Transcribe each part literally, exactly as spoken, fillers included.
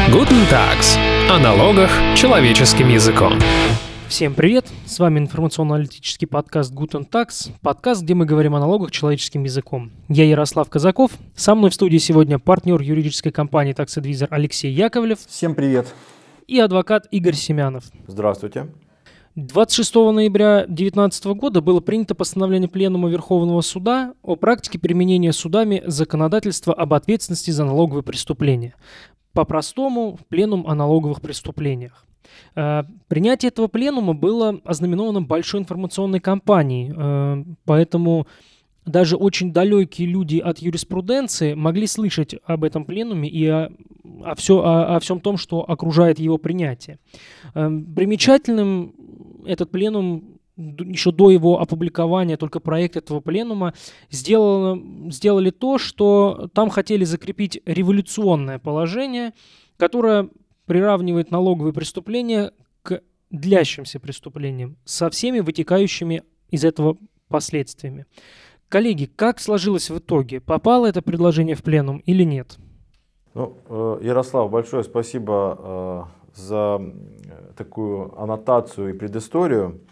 Guten Tags. О налогах человеческим языком. Всем привет! С вами информационно-аналитический подкаст Guten Tags, подкаст, где мы говорим о налогах человеческим языком. Я Ярослав Казаков, со мной в студии сегодня партнер юридической компании Tax Advisor Алексей Яковлев. Всем привет! И адвокат Игорь Семянов. Здравствуйте! двадцать шестого ноября две тысячи девятнадцатого года было принято постановление Пленума Верховного Суда о практике применения судами законодательства об ответственности за налоговые преступления. По-простому, Пленум о налоговых преступлениях. Принятие этого пленума было ознаменовано большой информационной кампанией, поэтому даже очень далекие люди от юриспруденции могли слышать об этом пленуме и о, о, все, о, о всем том, что окружает его принятие. Примечательным этот пленум, еще до его опубликования, только проект этого пленума, сделало, сделали то, что там хотели закрепить революционное положение, которое приравнивает налоговые преступления к длящимся преступлениям со всеми вытекающими из этого последствиями. Коллеги, как сложилось в итоге? Попало это предложение в пленум или нет? Ну, Ярослав, большое спасибо за такую аннотацию и предысторию.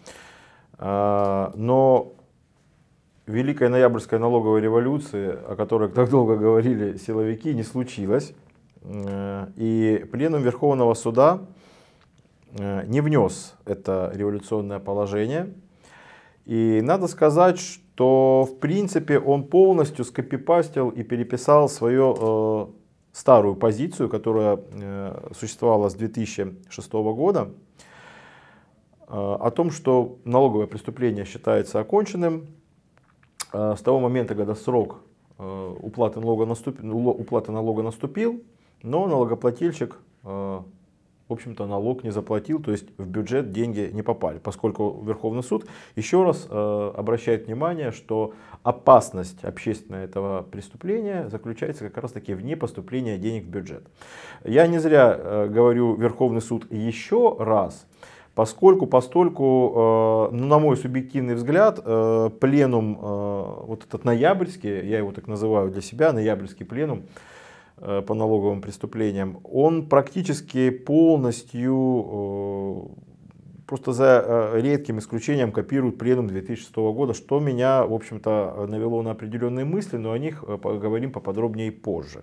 Но Великая Ноябрьская налоговая революция, о которой так долго говорили силовики, не случилась. И Пленум Верховного Суда не внес это революционное положение. И надо сказать, что в принципе он полностью скопипастил и переписал свою э, старую позицию, которая э, существовала с две тысячи шестого года, э, о том, что налоговое преступление считается оконченным э, с того момента, когда срок э, уплаты, налога наступил, уплаты налога наступил, но налогоплательщик э, в общем-то, налог не заплатил, то есть в бюджет деньги не попали, поскольку Верховный суд еще раз э, обращает внимание, что опасность общественная этого преступления заключается как раз таки в непоступлении денег в бюджет. Я не зря э, говорю Верховный суд еще раз, поскольку, постольку, э, ну, на мой субъективный взгляд, э, пленум, э, вот этот ноябрьский, я его так называю для себя, ноябрьский пленум, по налоговым преступлениям, он практически полностью, просто за редким исключением, копирует пленум две тысячи шестого года, что меня, в общем-то, навело на определенные мысли, но о них поговорим поподробнее позже.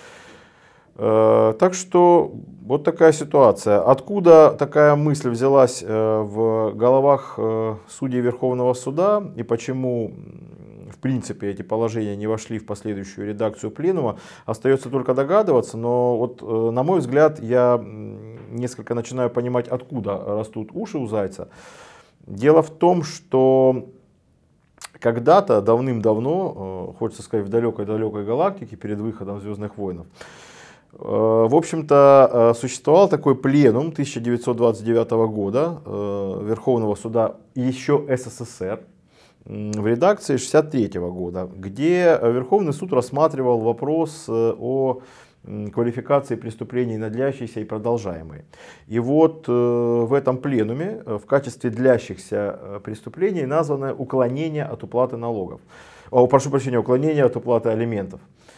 Так что вот такая ситуация. Откуда такая мысль взялась в головах судей Верховного Суда и почему в принципе эти положения не вошли в последующую редакцию пленума, остается только догадываться, но вот на мой взгляд я несколько начинаю понимать, откуда растут уши у зайца. Дело в том, что когда-то, давным-давно, хочется сказать в далекой-далекой галактике, перед выходом «Звездных войнов», в общем-то, существовал такой пленум тысяча девятьсот двадцать девятого года Верховного Суда еще СССР в редакции шестьдесят третьего года, где Верховный суд рассматривал вопрос о квалификации преступлений на длящиеся и продолжаемые. И вот в этом пленуме в качестве длящихся преступлений названо уклонение от уплаты налогов. О, прошу прощения, уклонение от уплаты алиментов.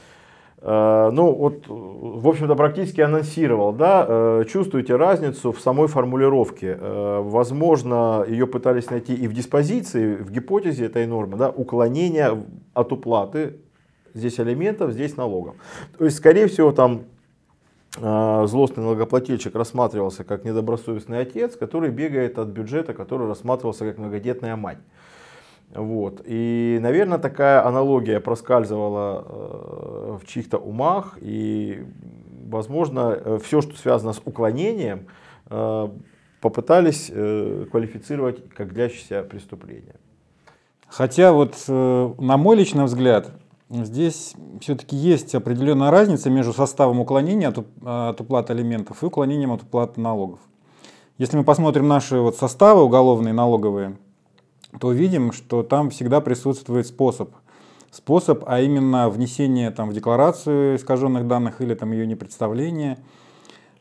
Ну вот, в общем-то, практически анонсировал, да, чувствуете разницу в самой формулировке. Возможно, ее пытались найти и в диспозиции, в гипотезе этой нормы, да, уклонение от уплаты, здесь алиментов, здесь налогов. То есть, скорее всего, там злостный налогоплательщик рассматривался как недобросовестный отец, который бегает от бюджета, который рассматривался как многодетная мать. Вот. И, наверное, такая аналогия проскальзывала э, в чьих-то умах, и, возможно, все, что связано с уклонением, э, попытались э, квалифицировать как длящееся преступление. Хотя, вот, э, на мой личный взгляд, здесь все-таки есть определенная разница между составом уклонения от, от уплаты алиментов и уклонением от уплаты налогов. Если мы посмотрим наши вот составы уголовные, налоговые, то видим, что там всегда присутствует способ. Способ, а именно внесение там, в декларацию искаженных данных или там, ее непредставление.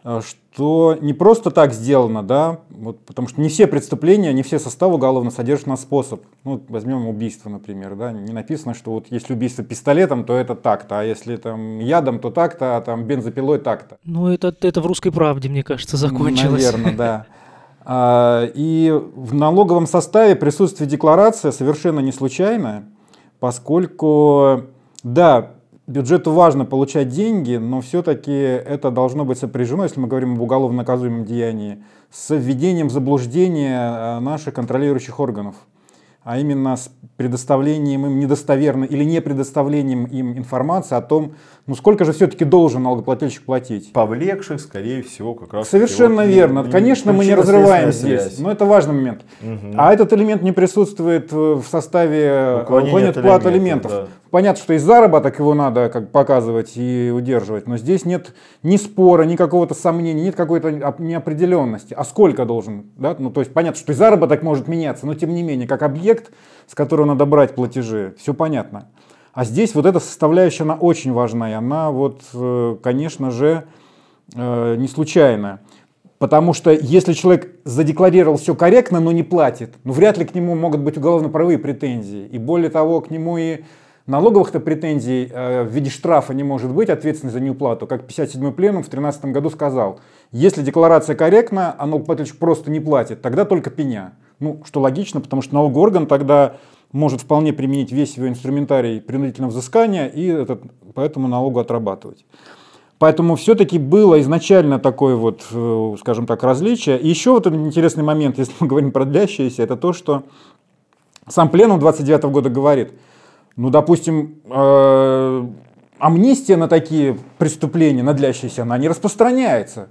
что не просто так сделано, да, вот, потому что не все преступления, не все составы уголовно содержат на способ. Ну, возьмем убийство, например, да, не написано, что вот если убийство пистолетом, то это так-то, а если там ядом, то так-то, а там бензопилой так-то. Ну, это, это в «Русской правде», мне кажется, закончилось. Наверное, да. А, и в налоговом составе присутствие декларации совершенно не случайно, поскольку, да, бюджету важно получать деньги, но все-таки это должно быть сопряжено, если мы говорим об уголовно наказуемом деянии, с введением заблуждения наших контролирующих органов, а именно с предоставлением им недостоверной или не предоставлением им информации о том, ну сколько же все-таки должен налогоплательщик платить. Повлекших, скорее всего, как раз... Совершенно вот, верно. не, Конечно, мы не разрываем здесь, связь. но это важный момент. Угу. А этот элемент не присутствует в составе уклонения от платы алиментов. Да. Понятно, что и заработок его надо как показывать и удерживать, но здесь нет ни спора, ни какого-то сомнения, нет какой-то неопределенности. А сколько должен? Да? Ну, то есть понятно, что и заработок может меняться, но тем не менее, как объект, с которого надо брать платежи, все понятно. А здесь вот эта составляющая, она очень важна, и она вот, конечно же, не случайная. Потому что если человек задекларировал все корректно, но не платит, ну вряд ли к нему могут быть уголовно-правовые претензии. И более того, к нему и налоговых-то претензий э, в виде штрафа не может быть, ответственность за неуплату. Как пятьдесят седьмой пленум в две тысячи тринадцатом году сказал, если декларация корректна, а налогоплательщик просто не платит, тогда только пеня. Ну, что логично, потому что налоговый орган тогда может вполне применить весь его инструментарий принудительного взыскания и этот, по этому налогу отрабатывать. Поэтому все-таки было изначально такое вот, скажем так, различие. И еще вот один интересный момент, если мы говорим про длящееся, это то, что сам пленум двадцать девятого года говорит, ну, допустим, э, амнистия на такие преступления, на длящиеся, она не распространяется.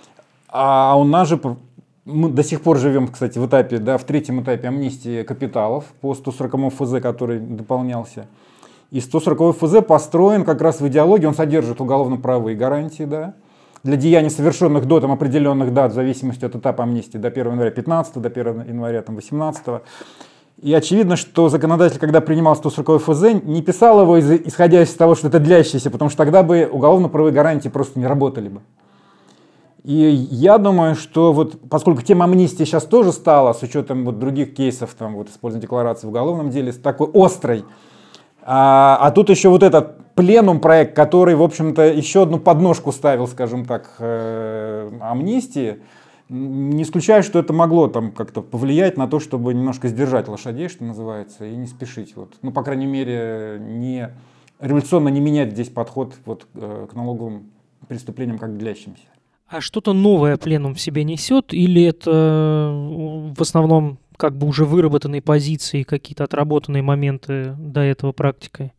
А у нас же, мы до сих пор живем, кстати, в этапе, да, в третьем этапе амнистии капиталов по сто сороковому эф зэ, который дополнялся. И сто сороковой эф зэ построен как раз в идеологии, он содержит уголовно-правовые гарантии, да, для деяний, совершенных до там, определенных дат, в зависимости от этапа амнистии, до первого января пятнадцатого, до первого января там, восемнадцатого. И очевидно, что законодатель, когда принимал сто сороковой эф зэ, не писал его исходя из того, что это длящееся, потому что тогда бы уголовно-правовые гарантии просто не работали бы. И я думаю, что вот, поскольку тема амнистии сейчас тоже стала, с учетом вот других кейсов, там, вот, использования декларации в уголовном деле, такой острой, а, а тут еще вот этот пленум проект, который, в общем-то, еще одну подножку ставил, скажем так, э, амнистии, не исключаю, что это могло там как-то повлиять на то, чтобы немножко сдержать лошадей, что называется, и не спешить. Вот. Ну, по крайней мере, не, революционно не менять здесь подход вот, к налоговым преступлениям как к длящимся. А что-то новое пленум в себе несет, или это в основном как бы уже выработанные позиции, какие-то отработанные моменты до этого практикой?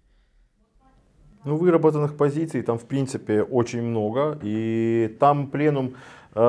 Ну, выработанных позиций там, в принципе, очень много. И там пленум, э,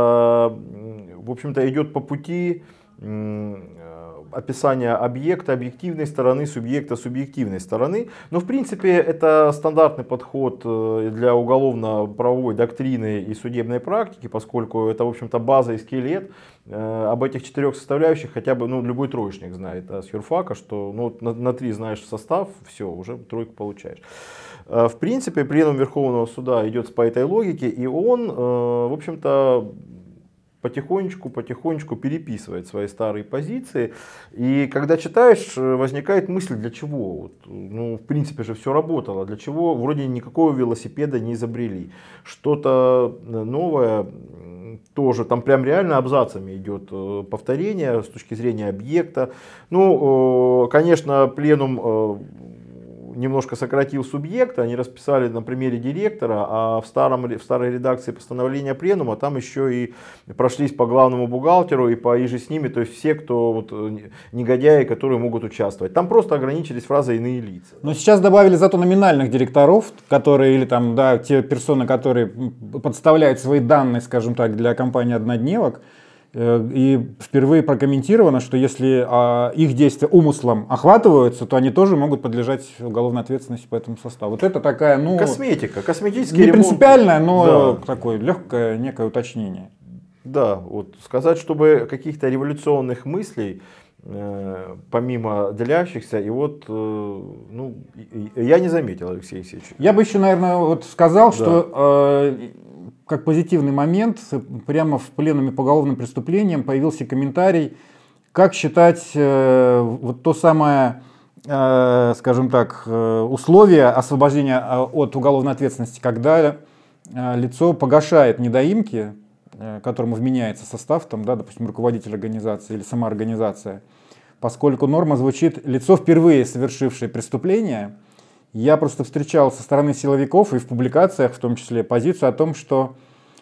в общем-то, идет по пути э, описания объекта, объективной стороны, субъекта, субъективной стороны. Но, в принципе, это стандартный подход для уголовно-правовой доктрины и судебной практики, поскольку это, в общем-то, база и скелет. Об этих четырех составляющих хотя бы ну, любой троечник знает да, с юрфака, что ну, на, на три знаешь состав, все, уже тройку получаешь. В принципе, пленум Верховного суда идет по этой логике, и он, в общем-то, потихонечку, потихонечку переписывает свои старые позиции. И когда читаешь, возникает мысль, для чего? Вот, ну, в принципе же все работало. Для чего? Вроде никакого велосипеда не изобрели. Что-то новое тоже, там прям реально абзацами идет повторение с точки зрения объекта. Ну, конечно, пленум немножко сократил субъекта, они расписали на примере директора, а в, старом, в старой редакции постановления пленума там еще и прошлись по главному бухгалтеру и по иже с ними, то есть все, кто вот, негодяи, которые могут участвовать. Там просто ограничились фразой «иные лица». Но сейчас добавили зато номинальных директоров, которые, или там, да, те персоны, которые подставляют свои данные, скажем так, для компании однодневок. И впервые прокомментировано, что если а, их действия умыслом охватываются, то они тоже могут подлежать уголовной ответственности по этому составу. Вот это такая, ну... Косметика, косметический не ремонт. принципиальное, но да. такое легкое некое уточнение. Да, вот сказать, чтобы каких-то революционных мыслей, э, помимо длящихся, и вот, э, ну, я не заметил, Алексей Алексеевич. Я бы еще, наверное, вот сказал, да. что... Э, как позитивный момент, прямо в пленуме по уголовным преступлениям появился комментарий, как считать э, вот то самое, э, скажем так, э, условие освобождения от уголовной ответственности, когда э, лицо погашает недоимки, э, которому вменяется состав, там, да, допустим, руководитель организации или сама организация, поскольку норма звучит «лицо, впервые совершившее преступление». Я просто встречал со стороны силовиков и в публикациях, в том числе, позицию о том, что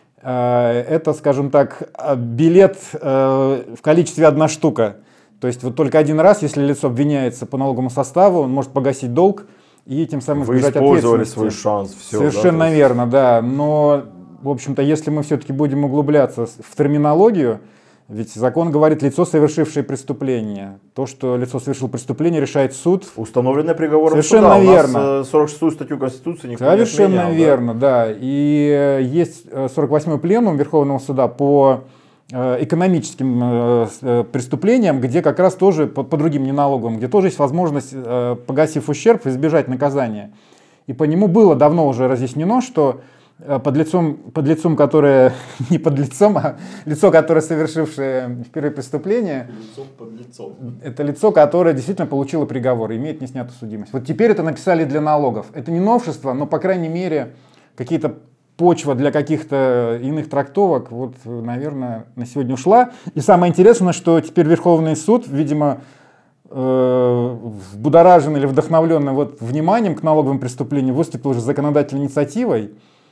э, это, скажем так, билет э, в количестве одна штука. То есть вот только один раз, если лицо обвиняется по налоговому составу, он может погасить долг и тем самым избежать ответственности. Вы использовали свой шанс. Все, совершенно да, верно, да. Но, в общем-то, если мы все-таки будем углубляться в терминологию, ведь закон говорит «лицо, совершившее преступление». То, что лицо совершило преступление, решает суд. Установленное приговором Совершенно суда. верно. У нас сорок шестую статью Конституции никто Совершенно не отменял. верно, да. да. И есть сорок восьмой пленум Верховного суда по экономическим преступлениям, где как раз тоже, по, по другим неналоговым, где тоже есть возможность, погасив ущерб, избежать наказания. И по нему было давно уже разъяснено, что под лицом, под лицом, которое не под лицом, а лицо, которое совершившее впервые преступление, Лицом под лицом. Это лицо, которое действительно получило приговор и имеет неснятую судимость. Вот теперь это написали для налогов. Это не новшество, но, по крайней мере, какие-то почва для каких-то иных трактовок, вот, наверное, на сегодня ушла. И самое интересное, что теперь Верховный суд, видимо, взбудораженный или вдохновленный вот вниманием к налоговым преступлениям, выступил уже законодательной инициативой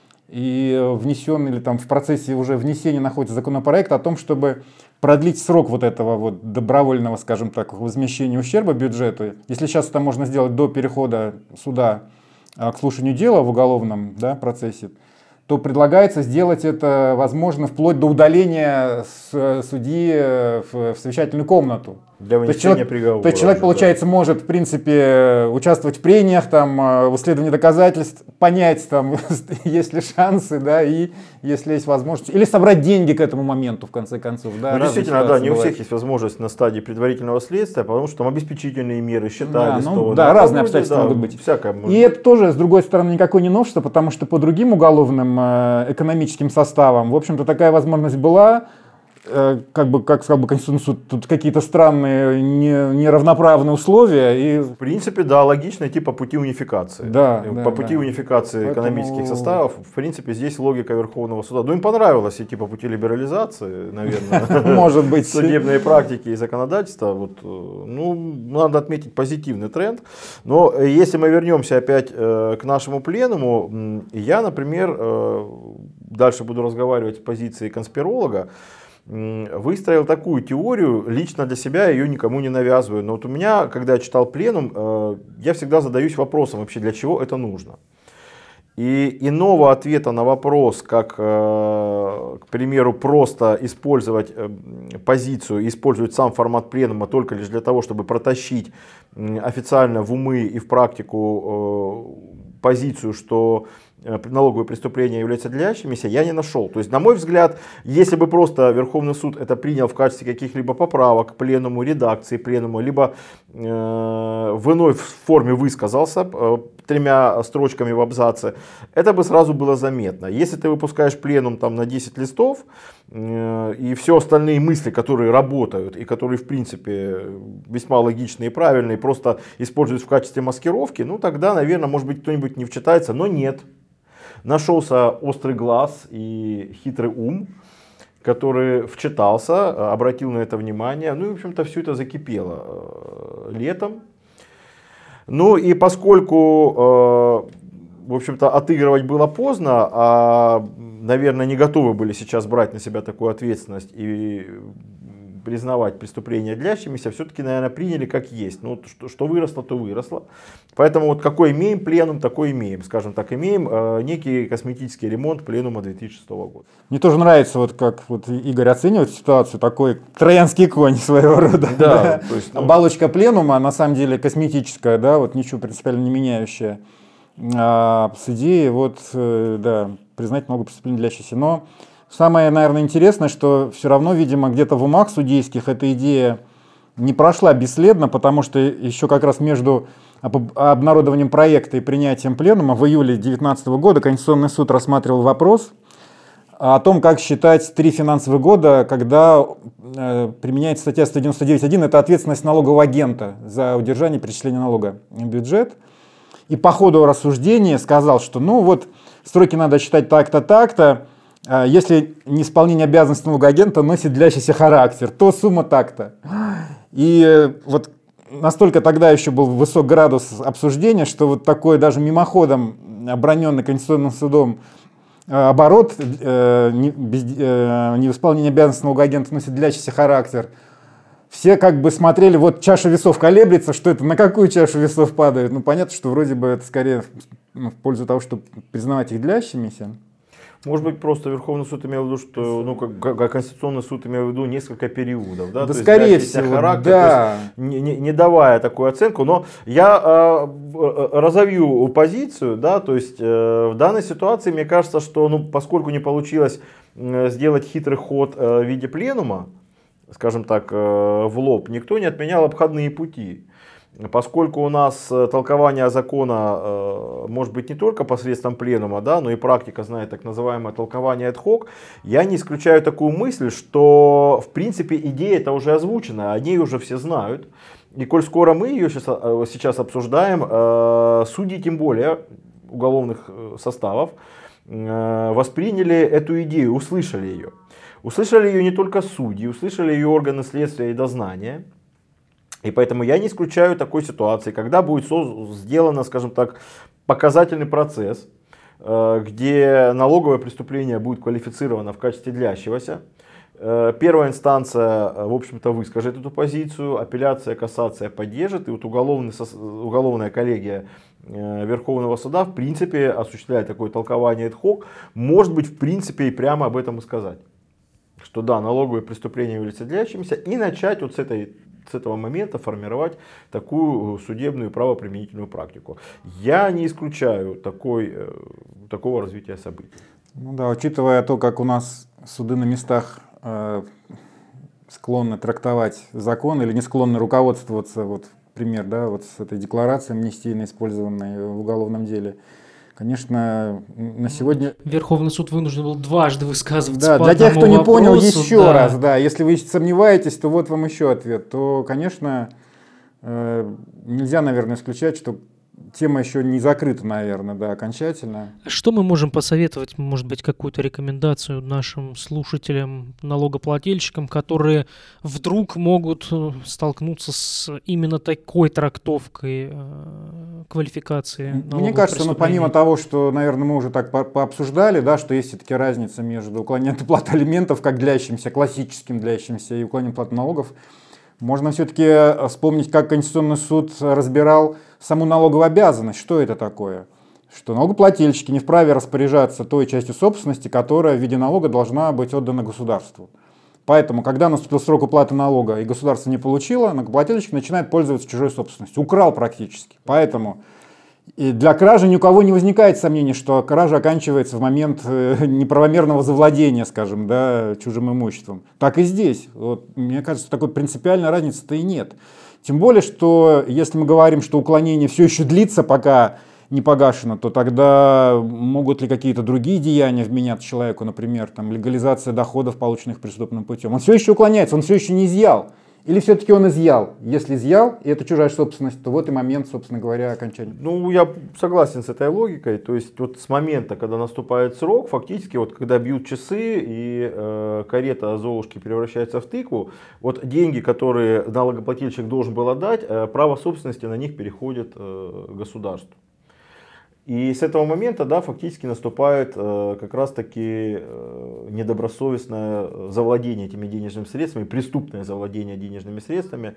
и внесен или там в процессе уже внесения находится законопроект о том, чтобы продлить срок вот этого вот добровольного, скажем так, возмещения ущерба бюджету. Если сейчас это можно сделать до перехода суда к слушанию дела в уголовном, да, процессе, то предлагается сделать это возможно вплоть до удаления с судьи в, в совещательную комнату. Для вынесения приговора. То есть человек, да. получается, может, в принципе, участвовать в прениях, там, в исследовании доказательств, понять, там, есть ли шансы, да, и если есть возможность, или собрать деньги к этому моменту, в конце концов. Да, ну, действительно, да, не у бывают. всех есть возможность на стадии предварительного следствия, потому что там обеспечительные меры, счета, да, арестованы. ну, да, разные обстоятельства да, могут быть. Всякое может и быть. это тоже, с другой стороны, никакое не новшество, потому что по другим уголовным э, экономическим составам, в общем-то, такая возможность была. Как бы, как сказал бы Конституционный суд, тут какие-то странные не, неравноправные условия. И... В принципе, да, логично идти по пути унификации. Да, по да, пути да. унификации Поэтому... экономических составов, в принципе, здесь логика Верховного суда. Ну, им понравилось идти по пути либерализации, наверное. Может быть. Судебные практики и законодательства. Вот, ну, надо отметить позитивный тренд. Но если мы вернемся опять к нашему пленуму, я, например, дальше буду разговаривать с позиции конспиролога, выстроил такую теорию, лично для себя ее никому не навязываю. Но вот у меня, когда я читал пленум, я всегда задаюсь вопросом вообще, для чего это нужно. И иного ответа на вопрос, как, к примеру, просто использовать позицию, использовать сам формат пленума только лишь для того, чтобы протащить официально в умы и в практику позицию, что налоговые преступления являются длящимися, я не нашел. То есть, на мой взгляд, если бы просто Верховный суд это принял в качестве каких-либо поправок к пленуму, редакции пленума, либо э, в иной форме высказался э, тремя строчками в абзаце, это бы сразу было заметно. Если ты выпускаешь пленум там, на десять листов, э, и все остальные мысли, которые работают и которые, в принципе, весьма логичные и правильные, просто используют в качестве маскировки, ну тогда, наверное, может быть, кто-нибудь не вчитается, но нет. Нашелся острый глаз и хитрый ум, который вчитался, обратил на это внимание. Ну и, в общем-то, все это закипело летом. Ну и поскольку, в общем-то, отыгрывать было поздно, а, наверное, не готовы были сейчас брать на себя такую ответственность и признавать преступления длящимися, все-таки, наверное, приняли как есть. Ну, что, что выросло, то выросло. Поэтому вот какой имеем пленум, такой имеем. Скажем так, имеем э, некий косметический ремонт пленума две тысячи шестого года. Мне тоже нравится, вот как вот Игорь оценивает ситуацию, такой троянский конь своего рода. Да, да. То есть, ну... Оболочка пленума, на самом деле, косметическая, да, вот ничего принципиально не меняющая. А, с идеей вот, да, признать много преступлений длящихся. Но самое, наверное, интересное, что все равно, видимо, где-то в умах судейских эта идея не прошла бесследно, потому что еще как раз между обнародованием проекта и принятием пленума в июле две тысячи девятнадцатого года Конституционный суд рассматривал вопрос о том, как считать три финансовых года, когда э, применяется статья сто девяносто девять точка один, это ответственность налогового агента за удержание и перечисление налога в бюджет. И по ходу рассуждения сказал, что ну вот сроки надо считать так-то, так-то, э, если неисполнение обязанностей налогового агента носит длящийся характер, то сумма так-то. И э, вот настолько тогда еще был высок градус обсуждения, что вот такой даже мимоходом оброненный Конституционным судом оборот э, не, без, э, невыполнение обязанностей налогового агента носит длящийся характер. Все как бы смотрели, вот чаша весов колеблется, что это, на какую чашу весов падает. Ну, понятно, что вроде бы это скорее в пользу того, чтобы признавать их длящимися. Может быть, просто Верховный суд имел в виду, что, ну, как, как Конституционный суд имел в виду несколько периодов, да, да, то скорее есть, всего, характер, да. то есть, не, не, не давая такую оценку, но я э, разовью позицию, да, то есть э, в данной ситуации мне кажется, что, ну, поскольку не получилось э, сделать хитрый ход э, в виде пленума, скажем так, э, в лоб, никто не отменял обходные пути. Поскольку у нас толкование закона э, может быть не только посредством пленума, да, но и практика знает так называемое толкование ad-hoc, я не исключаю такую мысль, что в принципе идея это уже озвучена, о ней уже все знают. И коль скоро мы ее сейчас, сейчас обсуждаем, э, судьи тем более уголовных составов э, восприняли эту идею, услышали ее. Услышали ее не только судьи, услышали ее органы следствия и дознания. И поэтому я не исключаю такой ситуации, когда будет сделан, скажем так, показательный процесс, где налоговое преступление будет квалифицировано в качестве длящегося. Первая инстанция, в общем-то, выскажет эту позицию, апелляция, кассация поддержит, и вот уголовный, уголовная коллегия Верховного суда, в принципе, осуществляя такое толкование ad-hoc, может быть, в принципе, и прямо об этом и сказать. Что да, налоговое преступление является длящимся, и начать вот с этой с этого момента формировать такую судебную правоприменительную практику. Я не исключаю такой, такого развития событий. Ну да, учитывая то, как у нас суды на местах э, склонны трактовать закон или не склонны руководствоваться, вот пример, да, вот с этой декларацией амнистийной, использованной в уголовном деле. Конечно, на сегодня... Верховный суд вынужден был дважды высказываться да, по для тех, кто не вопросу, понял, еще да. раз, да, если вы сомневаетесь, то вот вам еще ответ, то, конечно, э, нельзя, наверное, исключать, что тема еще не закрыта, наверное, да, окончательно. Что мы можем посоветовать, может быть, какую-то рекомендацию нашим слушателям, налогоплательщикам, которые вдруг могут столкнуться с именно такой трактовкой э, квалификации налоговых Мне кажется, ну, преступлений? помимо того, что, наверное, мы уже так по пообсуждали, да, что есть все-таки разница между уклонением от уплаты алиментов, как длящимся, классическим длящимся, и уклонением от уплаты налогов, можно все-таки вспомнить, как Конституционный суд разбирал саму налоговую обязанность. Что это такое? Что налогоплательщики не вправе распоряжаться той частью собственности, которая в виде налога должна быть отдана государству. Поэтому, когда наступил срок уплаты налога и государство не получило, налогоплательщик начинает пользоваться чужой собственностью. Украл практически. Поэтому и для кражи ни у кого не возникает сомнений, что кража оканчивается в момент неправомерного завладения, скажем, да, чужим имуществом. Так и здесь. Вот, мне кажется, такой принципиальной разницы-то и нет. Тем более, что если мы говорим, что уклонение все еще длится, пока не погашено, то тогда могут ли какие-то другие деяния вменяться человеку, например, там, легализация доходов, полученных преступным путем. Он все еще уклоняется, он все еще не изъял. Или все-таки он изъял? Если изъял, и это чужая собственность, то вот и момент, собственно говоря, окончания. Ну, я согласен с этой логикой. То есть вот с момента, когда наступает срок, фактически вот когда бьют часы и э, карета Золушки превращается в тыкву, вот деньги, которые налогоплательщик должен был отдать, э, право собственности на них переходит э, государству. И с этого момента, да, фактически наступает э, как раз-таки э, недобросовестное завладение этими денежными средствами, преступное завладение денежными средствами.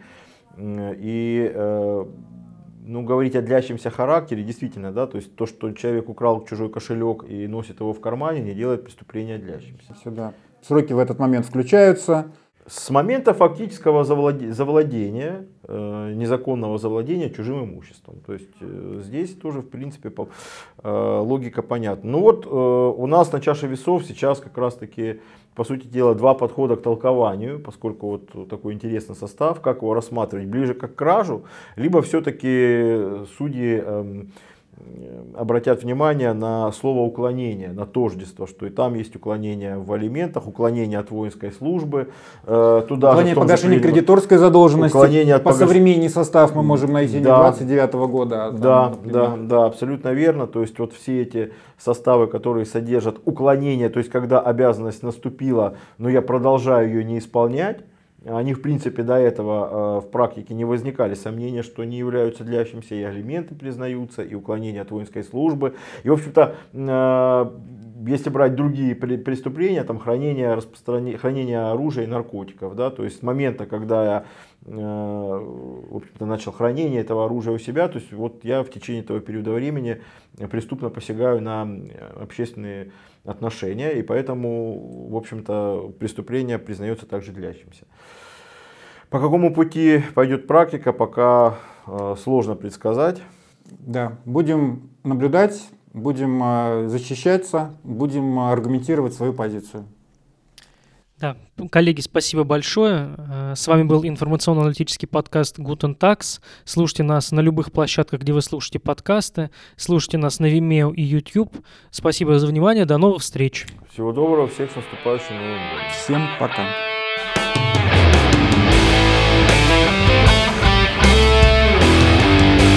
И э, ну, говорить о длящемся характере, действительно, да, то есть то, что человек украл чужой кошелек и носит его в кармане, не делает преступления длящимся. Сюда. Сроки в этот момент включаются. С момента фактического завладе- завладения, э, незаконного завладения чужим имуществом. То есть э, здесь тоже, в принципе, по, э, логика понятна. Ну вот э, у нас на чаше весов сейчас как раз-таки, по сути дела, два подхода к толкованию, поскольку вот такой интересный состав, как его рассматривать, ближе к кражу, либо все-таки судьи э, обратят внимание на слово уклонение, на тождество, что и там есть уклонение в алиментах, уклонение от воинской службы. Э, туда уклонение же, погашения же, кредиторской задолженности, уклонение от по погаш... современный состав мы можем найти не да. двадцать девятого года. А там, да, например... да, да, абсолютно верно. То есть вот все эти составы, которые содержат уклонение, то есть когда обязанность наступила, но я продолжаю ее не исполнять, они, в принципе, до этого э, в практике не возникали сомнения, что не являются длящимся, и алименты признаются, и уклонение от воинской службы. И, в общем-то, э, если брать другие преступления, там хранение, распространение, хранение оружия и наркотиков, да, то есть с момента, когда я э, в общем-то, начал хранение этого оружия у себя, то есть вот я в течение этого периода времени преступно посягаю на общественные отношения, и поэтому, в общем-то, преступление признается также длящимся. По какому пути пойдет практика, пока э, сложно предсказать. Да, будем наблюдать, будем э, защищаться, будем аргументировать свою позицию. Да, коллеги, спасибо большое. С вами был информационно-аналитический подкаст Guten Tags. Слушайте нас на любых площадках, где вы слушаете подкасты. Слушайте нас на Vimeo и YouTube. Спасибо за внимание. До новых встреч. Всего доброго. Всех с наступающим Новым годом. Всем пока.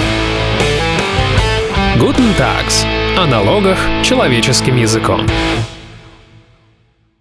Guten Tags. О налогах человеческим языком.